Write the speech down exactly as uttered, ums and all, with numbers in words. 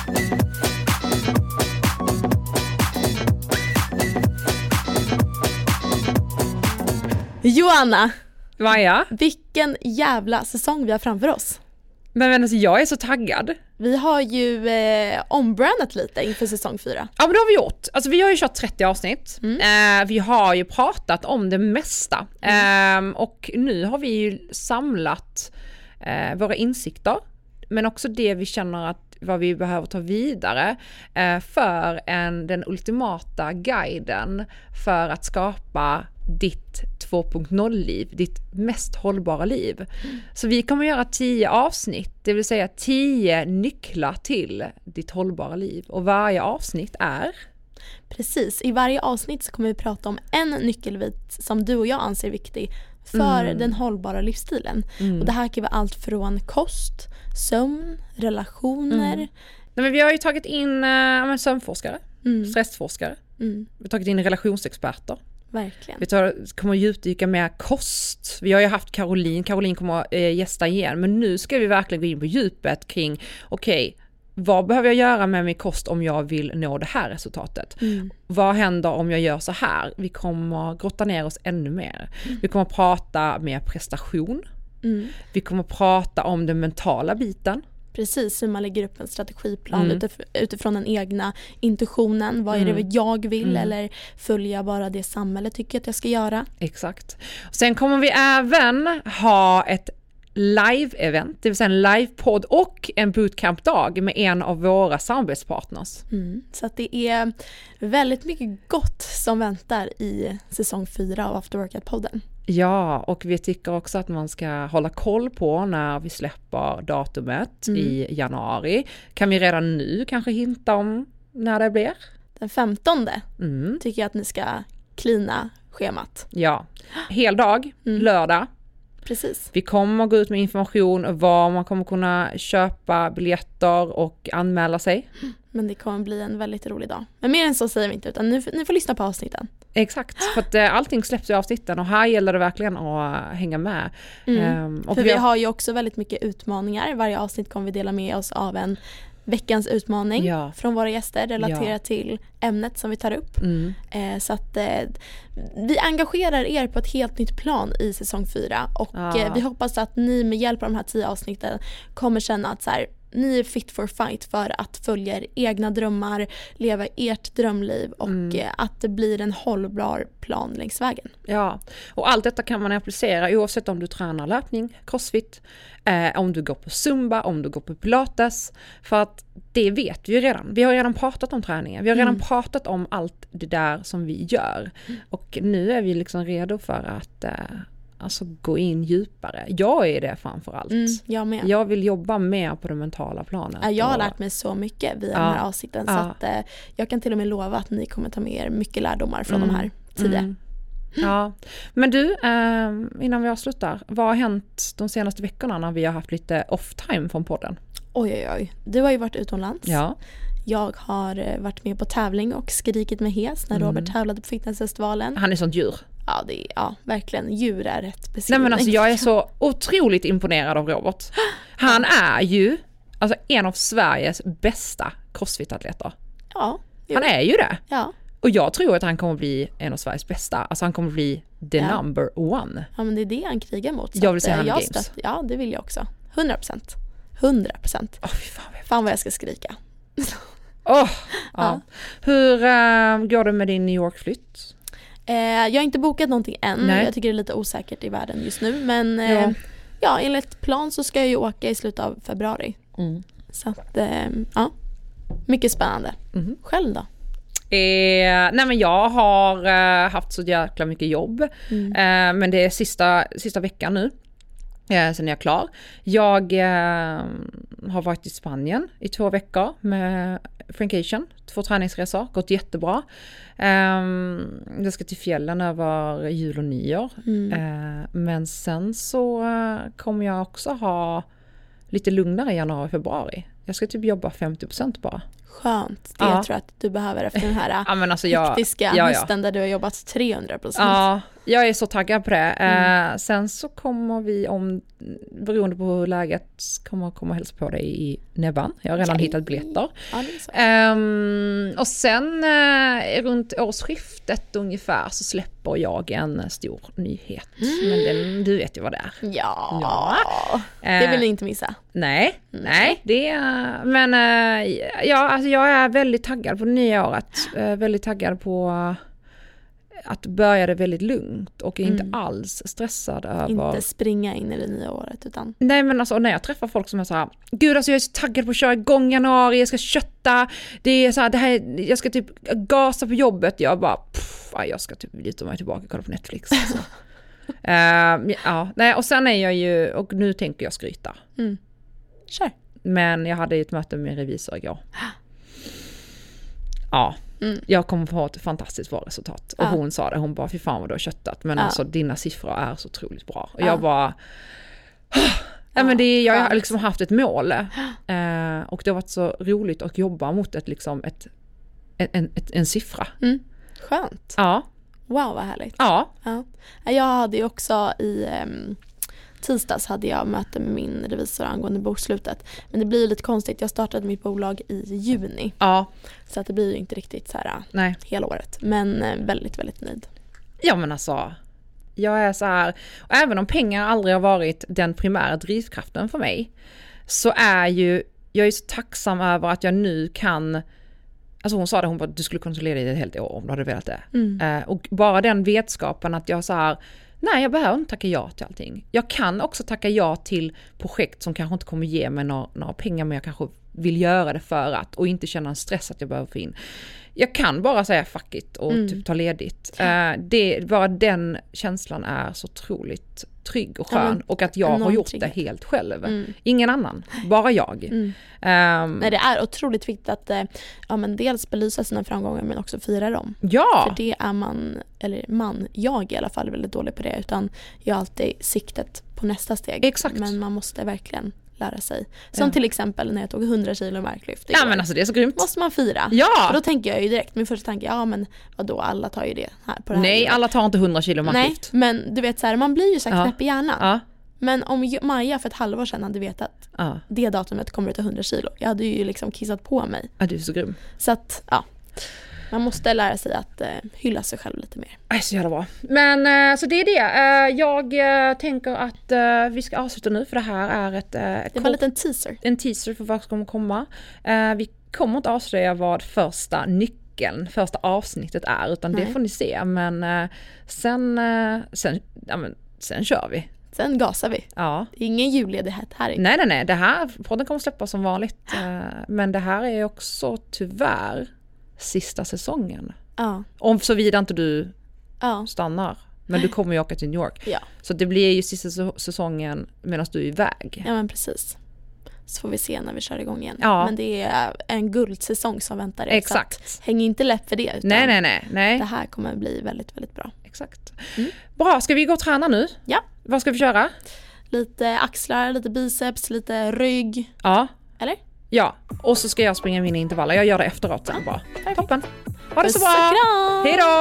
Joanna, Maja, vilken jävla säsong vi har framför oss. men, men alltså, jag är så taggad. Vi har ju eh, ombrandat lite inför säsong fyra. Ja, men det har vi gjort. Alltså, vi har ju kört trettio avsnitt. Mm. Eh, vi har ju pratat om det mesta. Mm. Eh, och nu har vi ju samlat eh, våra insikter. Men också det vi känner att vad vi behöver ta vidare eh, för en, den ultimata guiden för att skapa ditt två punkt noll-liv, ditt mest hållbara liv. Mm. Så vi kommer göra tio avsnitt, det vill säga tio nycklar till ditt hållbara liv. Och varje avsnitt är... Precis, i varje avsnitt så kommer vi prata om en nyckelbit som du och jag anser viktig för mm. den hållbara livsstilen. Mm. Och det här kan vara allt från kost, sömn, relationer. Mm. Nej, men vi har ju tagit in äh, sömnforskare, mm. stressforskare. Mm. Vi har tagit in relationsexperter. Verkligen. Vi tar, kommer att djupdyka med kost. Vi har ju haft Caroline. Caroline kommer att äh, gästa igen. Men nu ska vi verkligen gå in på djupet kring okej, okay, vad behöver jag göra med min kost om jag vill nå det här resultatet? Mm. Vad händer om jag gör så här? Vi kommer grotta ner oss ännu mer. Mm. Vi kommer att prata med prestation. Mm. Vi kommer att prata om den mentala biten. Precis, hur man lägger upp en strategiplan mm. utif- utifrån den egna intuitionen. Vad är det mm. jag vill mm. eller följa bara det samhället tycker att jag ska göra? Exakt. Sen kommer vi även ha ett live-event, det vill säga en live-podd och en bootcamp-dag med en av våra samarbetspartners. Mm. Så att det är väldigt mycket gott som väntar i säsong fyra av After Workout-podden. Ja, och vi tycker också att man ska hålla koll på när vi släpper datumet mm. i januari. Kan vi redan nu kanske hinta om när det blir? Den femtonde mm. tycker jag att ni ska klina schemat. Ja, hel dag, mm. lördag. Precis. Vi kommer gå ut med information var man kommer kunna köpa biljetter och anmäla sig. Men det kommer bli en väldigt rolig dag. Men mer än så säger vi inte, utan ni, ni får lyssna på avsnitten. Exakt, för att eh, allting släpps i avsnitten och här gäller det verkligen att hänga med. Mm. Um, och för vi vi har... har ju också väldigt mycket utmaningar. Varje avsnitt kommer vi dela med oss av en veckans utmaning ja. från våra gäster relaterat ja. till ämnet som vi tar upp. Mm. Eh, så att eh, vi engagerar er på ett helt nytt plan i säsong fyra och ja. eh, vi hoppas att ni med hjälp av de här tio avsnitten kommer känna att så här, ni är fit for fight för att följa er egna drömmar, leva ert drömliv och mm. att det blir en hållbar plan längs vägen. Ja, och allt detta kan man applicera oavsett om du tränar löpning, crossfit, eh, om du går på zumba, om du går på pilates. För att det vet vi ju redan. Vi har redan pratat om träningen. Vi har redan mm. pratat om allt det där som vi gör. Mm. Och nu är vi liksom redo för att... Eh, Alltså gå in djupare. Jag är det framförallt. Mm, jag med. Jag vill jobba mer på det mentala planet. Jag har och... lärt mig så mycket via ja. de här avsnitten. Ja. Så att, eh, jag kan till och med lova att ni kommer ta med er mycket lärdomar från mm. de här tio. Mm. Ja. Men du, eh, innan vi avslutar. Vad har hänt de senaste veckorna när vi har haft lite off-time från podden? Oj, oj, oj. Du har ju varit utomlands. Ja. Jag har varit med på tävling och skrikit med hes när mm. Robert tävlade på fitnessfestivalen. Han är sånt djur. Ja, det är, ja, verkligen. Djur är rätt beskrivning. Nej, men alltså, jag är så otroligt imponerad av Robert. Han är ju alltså, en av Sveriges bästa crossfit-atleter. Ja. Jo. Han är ju det. Ja. Och jag tror att han kommer bli en av Sveriges bästa. Alltså han kommer bli the ja. number one. Ja, men det är det han krigar mot. Jag vill säga han jag games. Stött, ja, det vill jag också. hundra procent. hundra procent. Oh, fan, vad fan vad jag ska skrika. Oh, ja. Ja. Hur uh, går det med din New York-flytt? Eh, jag har inte bokat någonting än. Nej. Jag tycker det är lite osäkert i världen just nu. Men eh, ja. ja, enligt plan så ska jag ju åka i slutet av februari. Mm. Så att, eh, ja. Mycket spännande. Mm. Själv då? Eh, nej men jag har eh, haft så jäkla mycket jobb. Mm. Eh, men det är sista, sista veckan nu. Eh, sen är jag klar. Jag eh, har varit i Spanien i två veckor med Frankation. Två träningsresor. Gått jättebra. Eh, jag ska till fjällen över jul och nyår. Mm. Eh, men sen så eh, kommer jag också ha lite lugnare i januari och februari. Jag ska typ jobba femtio procent bara. Skönt. Det ja. tror jag att du behöver efter den här ja, men alltså jag, hektiska ja, ja. hösten där du har jobbat trehundra procent. Ja, jag är så taggad på det. Mm. Eh, sen så kommer vi om, beroende på hur läget, kommer komma och hälsa på dig i Nebban. Jag har redan okay. hittat biljetter. Ja, um, och sen eh, runt årsskiftet ungefär så släpper jag en stor nyhet. Mm. Men den, du vet ju vad det är. Ja, ja. Det vill ni inte missa. Nej, mm. nej. Det är, men eh, ja, alltså jag är väldigt taggad på det nya året. Eh, väldigt taggad på att börja det väldigt lugnt och mm. inte alls stressad över... Inte springa in i det nya året utan... Nej men alltså när jag träffar folk som är så här, gud alltså jag är så taggad på att köra igång januari, jag ska kötta, det är så här, det här, jag ska typ gasa på jobbet, jag bara, pff, jag ska typ lite mig tillbaka och kolla på Netflix. Alltså. uh, ja, nej och sen är jag ju, och nu tänker jag skryta. Mm. Kör. Men jag hade ju ett möte med revisor igår. Ja. Mm. Jag kommer få ett fantastiskt bra resultat. Och ja. hon sa det, hon bara, fy fan vad du har köttat. Men ja. alltså dina siffror är så otroligt bra. Och ja. jag bara, ja, men det, jag har liksom haft ett mål. Eh, och det har varit så roligt att jobba mot ett, liksom ett, en, ett, en siffra. Mm. Skönt. Ja. Wow, vad härligt. Ja. ja. Jag hade ju också i... Um... tisdags hade jag möte med min revisor angående bokslutet. Men det blir ju lite konstigt. Jag startade mitt bolag i juni. Ja. Så att det blir ju inte riktigt så här Nej. hela året. Men väldigt, väldigt nöjd. Ja men alltså, jag är så här, och även om pengar aldrig har varit den primära drivkraften för mig, så är ju, jag är så tacksam över att jag nu kan, alltså hon sa det, hon bara, du skulle kontrollera det ett helt år om du hade velat det. Mm. Eh, och bara den vetskapen att jag så här, nej, jag behöver inte tacka ja till allting. Jag kan också tacka ja till projekt som kanske inte kommer ge mig några, några pengar, men jag kanske vill göra det för att, och inte känna en stress att jag behöver få in. Jag kan bara säga fuck it och mm. typ ta ledigt. Ja. Uh, det, bara den känslan är så otroligt trygg och skön. Ja, och att jag har gjort trygghet. Det helt själv. Mm. Ingen annan, bara jag. Mm. Um, Nej, det är otroligt viktigt att ja, men dels belysa sina framgångar men också fira dem. Ja! För det är man, eller man, jag i alla fall är väldigt dålig på det. Utan jag har alltid siktet på nästa steg. Exakt. Men man måste verkligen lära sig. Som ja. till exempel när jag tog hundra kilo marklyft. Ja men alltså det är så grymt. Måste man fira. Ja! Och då tänker jag ju direkt, min första tanke, ja men vadå, alla tar ju det här på det här Nej, livet. alla tar inte hundra kilo marklyft. Nej, men du vet så här, man blir ju så här ja. knäpp i hjärnan. Ja. Men om Maja för ett halvår sedan hade vetat ja. det datumet kommer att ta hundra kilo. Jag hade ju liksom kissat på mig. Ja, du är så grym. Så att, ja. Man måste lära sig att eh, hylla sig själv lite mer. Det är så jävla bra. Men eh, så det är det. Eh, jag eh, tänker att eh, vi ska avsluta nu, för det här är ett... Eh, det var en liten teaser. En teaser för vad som kommer komma. Eh, vi kommer inte avslöja vad första nyckeln, första avsnittet är, utan Nej. Det får ni se. Men eh, sen, eh, sen, ja, men, sen kör vi. Sen gasar vi. Ja. Det är ingen julledighet här. Nej, nej, nej. Det här, podden kommer släppas som vanligt. Eh, men det här är också tyvärr sista säsongen. Ja. Om så vidare inte du ja. stannar. Men du kommer ju åka till New York. Ja. Så det blir ju sista säsongen medan du är iväg. Ja men precis. Så får vi se när vi kör igång igen. Ja. Men det är en guldsäsong som väntar. Exakt. Häng inte läpp för det. Utan nej, nej, nej, nej. Det här kommer bli väldigt, väldigt bra. Exakt. Mm. Bra, ska vi gå och träna nu? Ja. Vad ska vi köra? Lite axlar, lite biceps, lite rygg. Ja. Eller? Ja, och så ska jag springa mina intervaller. Jag gör det efteråt sen bara. Perfekt. Toppen. Ha det så bra. Puss och kram. Hej då!